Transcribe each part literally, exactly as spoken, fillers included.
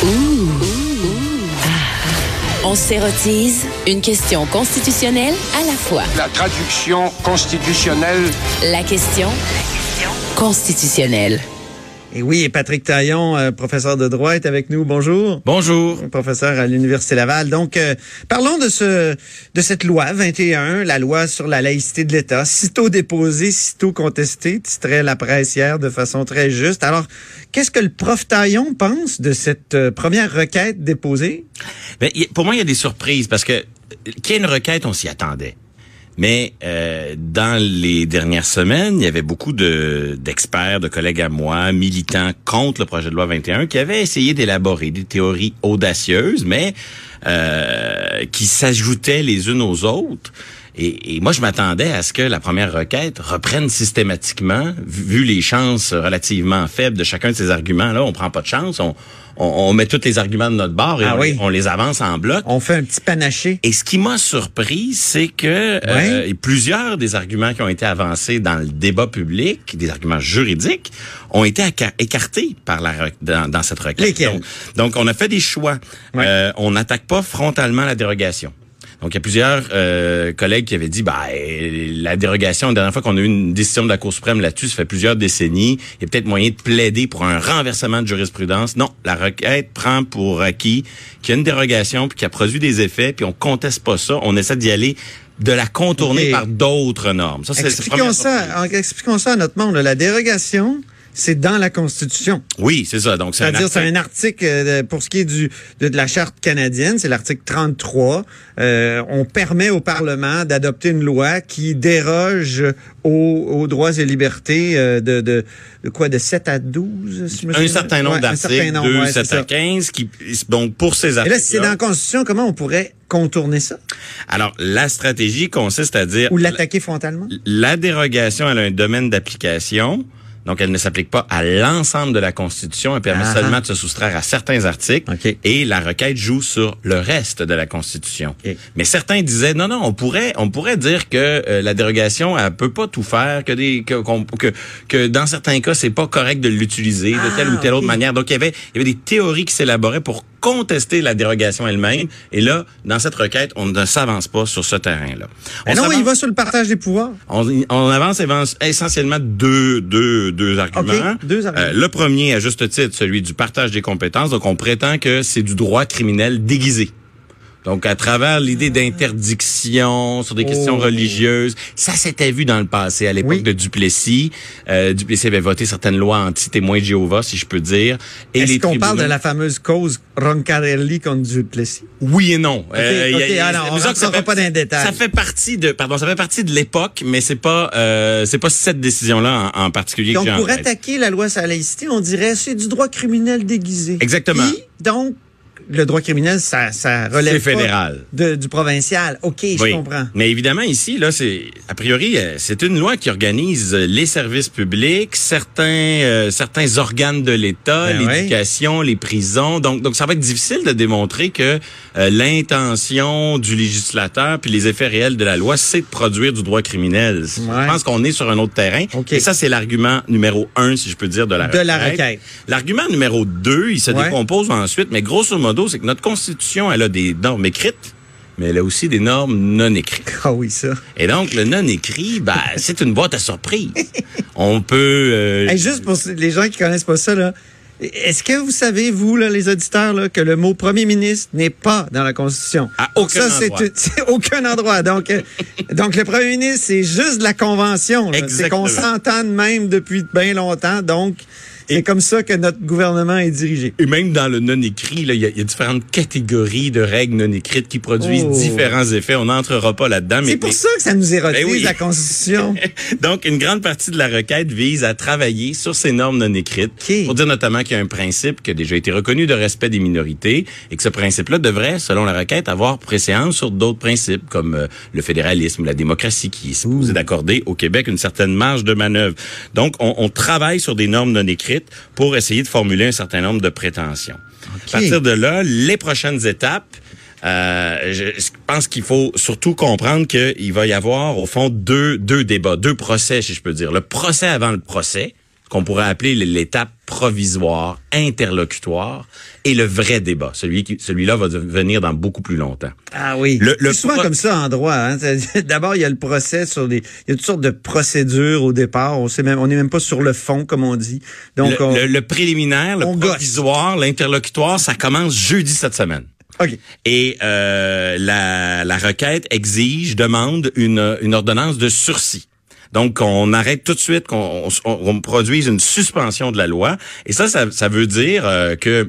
On s'érotise une question constitutionnelle à la fois. La traduction constitutionnelle. La question constitutionnelle. Et oui, Patrick Taillon, euh, professeur de droit, est avec nous. Bonjour. Bonjour. Professeur à l'Université Laval. Donc, euh, parlons de ce de cette loi vingt et un, la loi sur la laïcité de l'État. Sitôt déposée, sitôt contestée, titrait la presse hier de façon très juste. Alors, qu'est-ce que le prof Taillon pense de cette euh, première requête déposée? Ben, y, pour moi, il y a des surprises parce que qu'il y ait une requête, on s'y attendait. Mais euh, dans les dernières semaines, il y avait beaucoup de d'experts, de collègues à moi, militants contre le projet de loi vingt et un, qui avaient essayé d'élaborer des théories audacieuses, mais euh, qui s'ajoutaient les unes aux autres. Et, et moi, je m'attendais à ce que la première requête reprenne systématiquement, vu, vu les chances relativement faibles de chacun de ces arguments-là. On prend pas de chance, on, on, on met tous les arguments de notre bord et ah on, oui. on les avance en bloc. On fait un petit panaché. Et ce qui m'a surpris, c'est que ouais. euh, plusieurs des arguments qui ont été avancés dans le débat public, des arguments juridiques, ont été écartés par la dans, dans cette requête. Lesquels? Donc, donc, on a fait des choix. Ouais. Euh, on n'attaque pas frontalement la dérogation. Donc, il y a plusieurs euh, collègues qui avaient dit, bah, la dérogation, la dernière fois qu'on a eu une décision de la Cour suprême là-dessus, ça fait plusieurs décennies. Il y a peut-être moyen de plaider pour un renversement de jurisprudence. Non, la requête prend pour acquis qu'il y a une dérogation puis qu'il a produit des effets, puis on conteste pas ça. On essaie d'y aller de la contourner okay. par d'autres normes. Ça, c'est expliquons ça, expliquons ça à notre monde. La dérogation, c'est dans la Constitution. Oui, c'est ça. Donc, c'est C'est-à-dire, c'est un article, euh, pour ce qui est du de, de la Charte canadienne, c'est l'article trente-trois. Euh, on permet au Parlement d'adopter une loi qui déroge aux, aux droits et libertés euh, de, de, de quoi, de sept à douze? Si je me un certain nombre ouais, d'articles, deux, ouais, sept à quinze, qui, donc, pour ces articles. Et là, si c'est dans la Constitution, comment on pourrait contourner ça? Alors, la stratégie consiste à dire... Ou l'attaquer frontalement? La dérogation, elle a un domaine d'application. Donc, elle ne s'applique pas à l'ensemble de la Constitution. Elle permet ah, seulement de se soustraire à certains articles. Okay. Et la requête joue sur le reste de la Constitution. Okay. Mais certains disaient, non, non, on pourrait, on pourrait dire que euh, la dérogation, elle peut pas tout faire, que des, que, que, que dans certains cas, c'est pas correct de l'utiliser ah, de telle ou telle okay. autre manière. Donc, il y avait, il y avait des théories qui s'élaboraient pour contester la dérogation elle-même. Et là, dans cette requête, on ne s'avance pas sur ce terrain-là. On non, il va sur le partage des pouvoirs. On, on avance essentiellement deux, deux, deux arguments. Okay, deux arguments. Euh, le premier, à juste titre, celui du partage des compétences. Donc, on prétend que c'est du droit criminel déguisé. Donc, à travers l'idée d'interdiction sur des questions oh. religieuses, ça s'était vu dans le passé, à l'époque oui. de Duplessis. Euh, Duplessis avait voté certaines lois anti-témoins de Jéhovah, si je peux dire. Et Est-ce les qu'on tribunaux... parle de la fameuse cause Roncarelli contre Duplessis? Oui et non. OK, euh, okay. Y a, alors, on ne rentrera pas dans les détails. Ça fait partie de, pardon, ça fait partie de l'époque, mais c'est pas, euh, c'est pas cette décision-là en, en particulier donc, que j'ai pour en tête. attaquer la loi sur la laïcité, on dirait c'est du droit criminel déguisé. Exactement. Puis, donc, le droit criminel, ça, ça relève c'est fédéral. Pas de, du provincial. OK, je oui. comprends. Mais évidemment, ici, là, c'est a priori, c'est une loi qui organise les services publics, certains euh, certains organes de l'État, ben l'éducation, oui. les prisons. Donc, donc, ça va être difficile de démontrer que euh, l'intention du législateur puis les effets réels de la loi, c'est de produire du droit criminel. Ouais. Je pense qu'on est sur un autre terrain. Okay. Et ça, c'est l'argument numéro un, si je peux dire, de la de requête. la requête. L'argument numéro deux, il se ouais. décompose ensuite, mais grosso modo, c'est que notre Constitution, elle a des normes écrites, mais elle a aussi des normes non écrites. Ah oui, ça. Et donc, le non écrit, ben, c'est une boîte à surprise. On peut... Euh... Hey, juste pour les gens qui connaissent pas ça, là, est-ce que vous savez, vous, là, les auditeurs, là, que le mot premier ministre n'est pas dans la Constitution? À aucun ça, endroit. C'est, c'est aucun endroit. Donc, euh, donc, le premier ministre, c'est juste de la Convention. Là. C'est qu'on s'entende même depuis bien longtemps. Donc, c'est comme ça que notre gouvernement est dirigé. Et même dans le non-écrit, il y, y a différentes catégories de règles non-écrites qui produisent oh. différents effets. On n'entrera pas là-dedans. Mais c'est pour mais... ça que ça nous érotise, ben oui. la Constitution. Donc, une grande partie de la requête vise à travailler sur ces normes non-écrites okay. pour dire notamment qu'il y a un principe qui a déjà été reconnu de respect des minorités et que ce principe-là devrait, selon la requête, avoir préséance sur d'autres principes comme euh, le fédéralisme, la démocratie, qui est supposé d'accorder au Québec une certaine marge de manœuvre. Donc, on, on travaille sur des normes non-écrites pour essayer de formuler un certain nombre de prétentions. Okay. À partir de là, les prochaines étapes, euh, je pense qu'il faut surtout comprendre qu'il va y avoir, au fond, deux, deux débats, deux procès, si je peux dire. Le procès avant le procès, qu'on pourrait appeler l'étape provisoire, interlocutoire, et le vrai débat. Celui qui, celui-là va venir dans beaucoup plus longtemps. Ah oui. Le, le c'est souvent pro... comme ça en droit. Hein? D'abord, il y a le procès sur des, il y a toutes sortes de procédures au départ. On sait même, on n'est même pas sur le fond, comme on dit. Donc, le, on, le, le préliminaire, le provisoire, gosse. L'interlocutoire, ça commence jeudi cette semaine. Okay. Et euh, la, la requête exige, demande une, une ordonnance de sursis. Donc, on arrête tout de suite, qu'on on, on produise une suspension de la loi. Et ça, ça, ça veut dire euh, que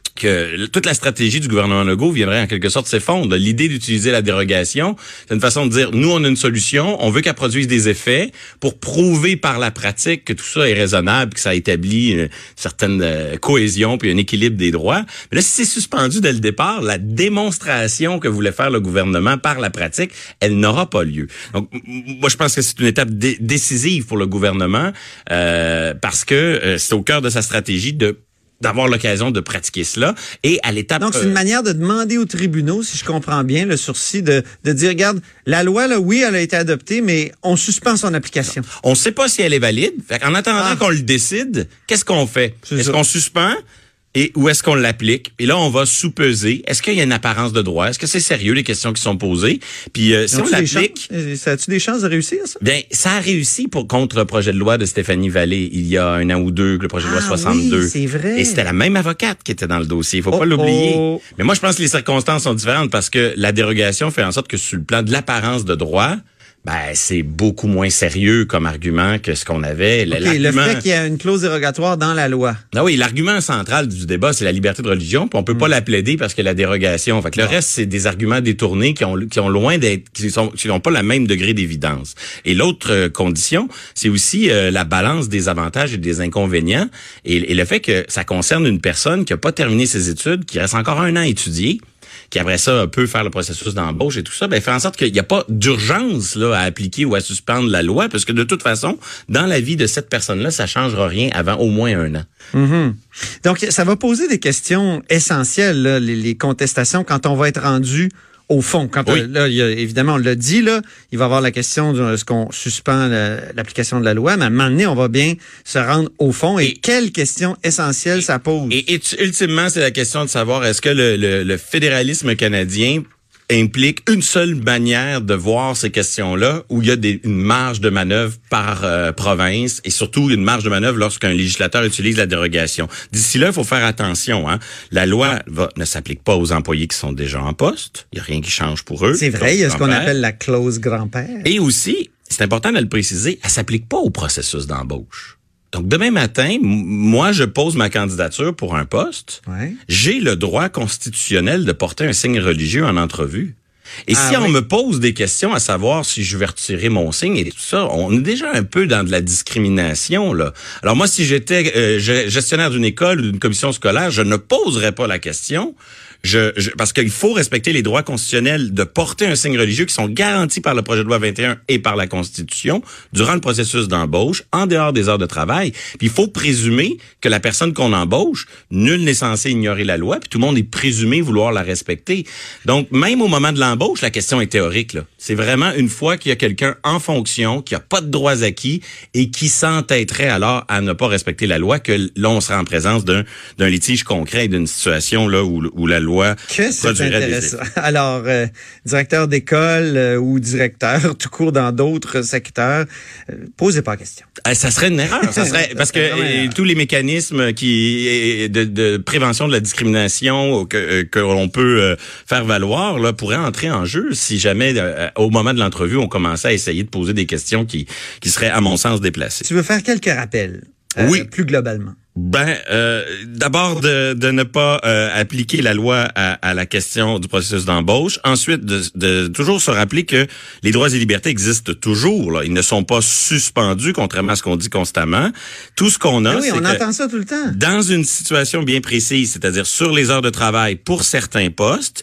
que toute la stratégie du gouvernement Legault viendrait en quelque sorte s'effondre. L'idée d'utiliser la dérogation, c'est une façon de dire, nous, on a une solution, on veut qu'elle produise des effets pour prouver par la pratique que tout ça est raisonnable, que ça établit une certaine euh, cohésion puis un équilibre des droits. Mais là, si c'est suspendu dès le départ, la démonstration que voulait faire le gouvernement par la pratique, elle n'aura pas lieu. Donc, moi, je pense que c'est une étape dé- décisive pour le gouvernement euh, parce que euh, c'est au cœur de sa stratégie de d'avoir l'occasion de pratiquer cela. Et à l'étape... Donc, c'est une manière de demander aux tribunaux, si je comprends bien, le sursis, de, de dire, regarde, la loi, là, oui, elle a été adoptée, mais on suspend son application. On ne sait pas si elle est valide. Fait en attendant ah. qu'on le décide, qu'est-ce qu'on fait? C'est Est-ce ça. qu'on suspend? Et où est-ce qu'on l'applique? Et là, on va sous-peser. Est-ce qu'il y a une apparence de droit? Est-ce que c'est sérieux, les questions qui sont posées? Puis, euh, si on l'applique... Ça a-tu des chances de réussir, ça? Bien, ça a réussi pour contre le projet de loi de Stéphanie Vallée il y a un an ou deux, le projet de loi ah, soixante-deux. Oui, c'est vrai. Et c'était la même avocate qui était dans le dossier. Il faut oh, pas l'oublier. Oh. Mais moi, je pense que les circonstances sont différentes parce que la dérogation fait en sorte que sur le plan de l'apparence de droit, ben, c'est beaucoup moins sérieux comme argument que ce qu'on avait. Okay, le fait qu'il y a une clause dérogatoire dans la loi. Ah oui, l'argument central du débat, c'est la liberté de religion, puis on peut mmh. pas la plaider parce que la dérogation. Fait que le reste, c'est des arguments détournés qui ont, qui ont loin d'être, qui sont, qui n'ont pas le même degré d'évidence. Et l'autre euh, condition, c'est aussi euh, la balance des avantages et des inconvénients et, et le fait que ça concerne une personne qui a pas terminé ses études, qui reste encore un an à étudier, qui après ça peut faire le processus d'embauche et tout ça, ben fait en sorte qu'il n'y a pas d'urgence là à appliquer ou à suspendre la loi, parce que de toute façon, dans la vie de cette personne-là, ça changera rien avant au moins un an. Mm-hmm. Donc, ça va poser des questions essentielles, là, les, les contestations, quand on va être rendu au fond. Quand oui. euh, là, il y a, évidemment, on l'a dit, là, il va y avoir la question de est-ce qu'on suspend le, l'application de la loi, mais à un moment donné, on va bien se rendre au fond. Et, et quelles questions essentielles ça pose? Et, et ultimement, c'est la question de savoir est-ce que le, le, le fédéralisme canadien implique une seule manière de voir ces questions-là, où il y a des, une marge de manœuvre par euh, province, et surtout une marge de manœuvre lorsqu'un législateur utilise la dérogation. D'ici là, il faut faire attention. Hein. La loi va, ne s'applique pas aux employés qui sont déjà en poste. Il n'y a rien qui change pour eux. C'est vrai, il y a ce qu'on appelle la clause grand-père. Et aussi, c'est important de le préciser, elle s'applique pas au processus d'embauche. Donc, demain matin, m- moi, je pose ma candidature pour un poste. Ouais. J'ai le droit constitutionnel de porter un signe religieux en entrevue. Et ah, si oui. on me pose des questions à savoir si je vais retirer mon signe et tout ça, on est déjà un peu dans de la discrimination, là. Alors moi, si j'étais euh, gestionnaire d'une école ou d'une commission scolaire, je ne poserais pas la question. Je, je, parce qu'il faut respecter les droits constitutionnels de porter un signe religieux qui sont garantis par le projet de loi vingt et un et par la Constitution durant le processus d'embauche, en dehors des heures de travail. Puis il faut présumer que la personne qu'on embauche, nul n'est censé ignorer la loi, puis tout le monde est présumé vouloir la respecter. Donc, même au moment de l'embauche, la question est théorique, là. C'est vraiment une fois qu'il y a quelqu'un en fonction, qui a pas de droits acquis et qui s'entêterait alors à ne pas respecter la loi, que là, on sera en présence d'un, d'un litige concret et d'une situation là où, où la loi que c'est intéressant. Alors, euh, directeur d'école euh, ou directeur tout court dans d'autres secteurs, euh, posez pas la question. Euh, ça serait une erreur. Ça serait ça parce serait que euh, tous les mécanismes qui de, de prévention de la discrimination que que l'on peut euh, faire valoir là pourraient entrer en jeu si jamais euh, au moment de l'entrevue on commençait à essayer de poser des questions qui qui seraient à mon sens déplacées. Tu veux faire quelques rappels? Euh, oui. Plus globalement. Ben, euh, d'abord de, de ne pas euh, appliquer la loi à, à la question du processus d'embauche. Ensuite, de, de toujours se rappeler que les droits et libertés existent toujours. Là. Ils ne sont pas suspendus, contrairement à ce qu'on dit constamment. Tout ce qu'on a, oui, c'est on que entend ça tout le temps. Dans une situation bien précise, c'est-à-dire sur les heures de travail pour certains postes,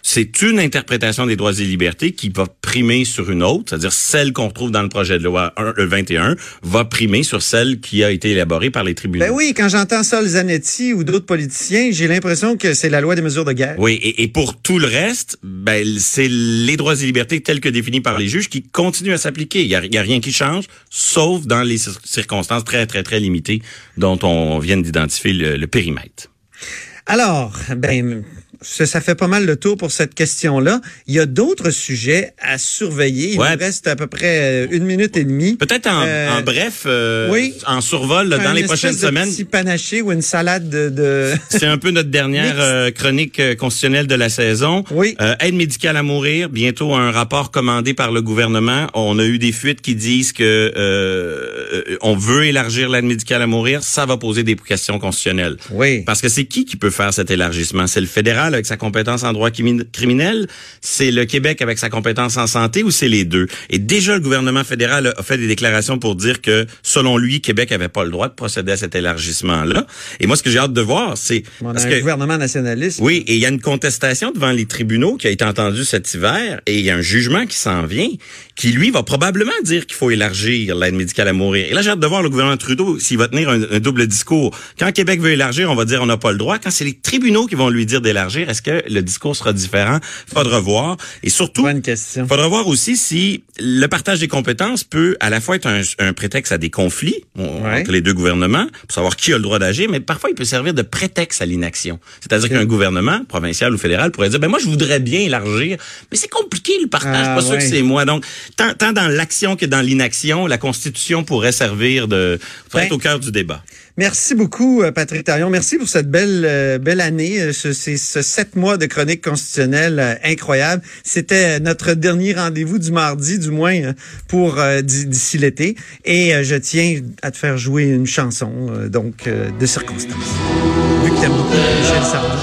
C'est une interprétation des droits et libertés qui va primer sur une autre, c'est-à-dire celle qu'on retrouve dans le projet de loi vingt et un va primer sur celle qui a été élaborée par les tribunaux. Ben oui, quand j'entends Sol Zanetti ou d'autres politiciens, j'ai l'impression que c'est la loi des mesures de guerre. Oui, et, et pour tout le reste, ben c'est les droits et libertés tels que définis par les juges qui continuent à s'appliquer. Il y a, il y a rien qui change, sauf dans les circonstances très, très, très limitées dont on vient d'identifier le, le périmètre. Alors, ben, ça, ça fait pas mal le tour pour cette question-là. Il y a d'autres sujets à surveiller. Il ouais. nous reste à peu près une minute et demie. Peut-être en, euh, en bref, euh, oui. en survol, là, dans les prochaines semaines. Un petit panaché ou une salade de... de... C'est un peu notre dernière euh, chronique euh, constitutionnelle de la saison. Oui. Euh, aide médicale à mourir. Bientôt un rapport commandé par le gouvernement. On a eu des fuites qui disent que euh, on veut élargir l'aide médicale à mourir. Ça va poser des questions constitutionnelles. Oui. Parce que c'est qui qui peut faire cet élargissement? C'est le fédéral avec sa compétence en droit criminel? C'est le Québec avec sa compétence en santé ou c'est les deux? Et déjà, le gouvernement fédéral a fait des déclarations pour dire que, selon lui, Québec avait pas le droit de procéder à cet élargissement-là. Et moi, ce que j'ai hâte de voir, c'est... On a parce un que, gouvernement nationaliste. Oui, et il y a une contestation devant les tribunaux qui a été entendue cet hiver, et il y a un jugement qui s'en vient, qui, lui, va probablement dire qu'il faut élargir l'aide médicale à mourir. Et là, j'ai hâte de voir le gouvernement Trudeau s'il va tenir un, un double discours. Quand Québec veut élargir, on va dire on n'a pas le droit. Quand c'est les tribunaux qui vont lui dire d'élargir, est-ce que le discours sera différent? Faudra voir. Et surtout, bonne question. Faudra voir aussi si le partage des compétences peut à la fois être un, un prétexte à des conflits ouais. entre les deux gouvernements, pour savoir qui a le droit d'agir, mais parfois il peut servir de prétexte à l'inaction. C'est-à-dire okay. qu'un gouvernement, provincial ou fédéral, pourrait dire, ben moi je voudrais bien élargir, mais c'est compliqué le partage, ah, pas ouais. sûr que c'est moi. Donc, tant, tant dans l'action que dans l'inaction, la Constitution pourrait servir de, pourrait ben, être au cœur du débat. Merci beaucoup, Patrick Taillon. Merci pour cette belle euh, belle année. Ce, c'est ce sept mois de chronique constitutionnelle euh, incroyable. C'était notre dernier rendez-vous du mardi, du moins euh, pour euh, d'ici l'été. Et euh, je tiens à te faire jouer une chanson, euh, donc euh, de circonstance. Vu que t'aimes beaucoup Michel Sardou.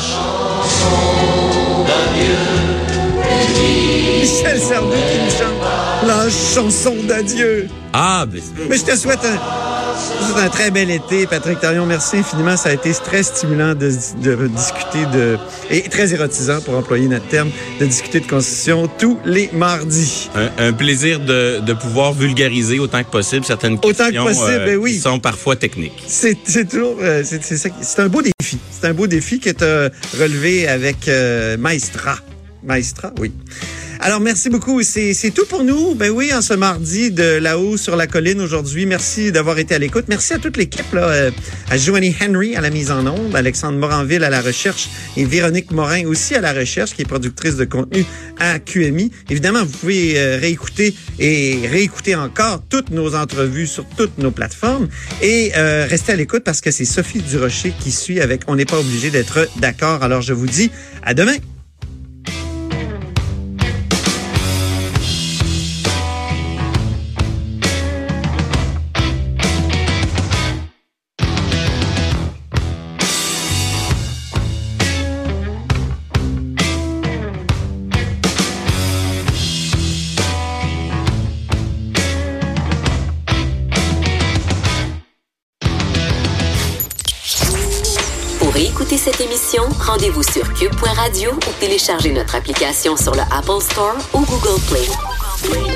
Michel Sardou qui nous chante la chanson d'adieu. Ah, mais, mais je te souhaite un... C'est un très bel été, Patrick Taillon. Merci infiniment. Ça a été très stimulant de, de discuter de... et très érotisant, pour employer notre terme, de discuter de Constitution tous les mardis. Un, un plaisir de, de pouvoir vulgariser autant que possible certaines autant questions que possible, euh, oui. qui sont parfois techniques. C'est, c'est toujours... Euh, c'est, c'est, ça, c'est un beau défi. C'est un beau défi que tu as relevé avec euh, Maestra. Maestra, oui. Alors, merci beaucoup. C'est, c'est tout pour nous. Ben oui, en ce mardi de là-haut sur la colline aujourd'hui. Merci d'avoir été à l'écoute. Merci à toute l'équipe, là, euh, à Joanie Henry à la mise en onde, Alexandre Moranville à la recherche et Véronique Morin aussi à la recherche, qui est productrice de contenu à Q M I. Évidemment, vous pouvez euh, réécouter et réécouter encore toutes nos entrevues sur toutes nos plateformes et euh, restez à l'écoute parce que c'est Sophie Durocher qui suit avec « On n'est pas obligé d'être d'accord ». Alors, je vous dis à demain. Pour écouter cette émission, rendez-vous sur cube point radio ou téléchargez notre application sur le Apple Store ou Google Play.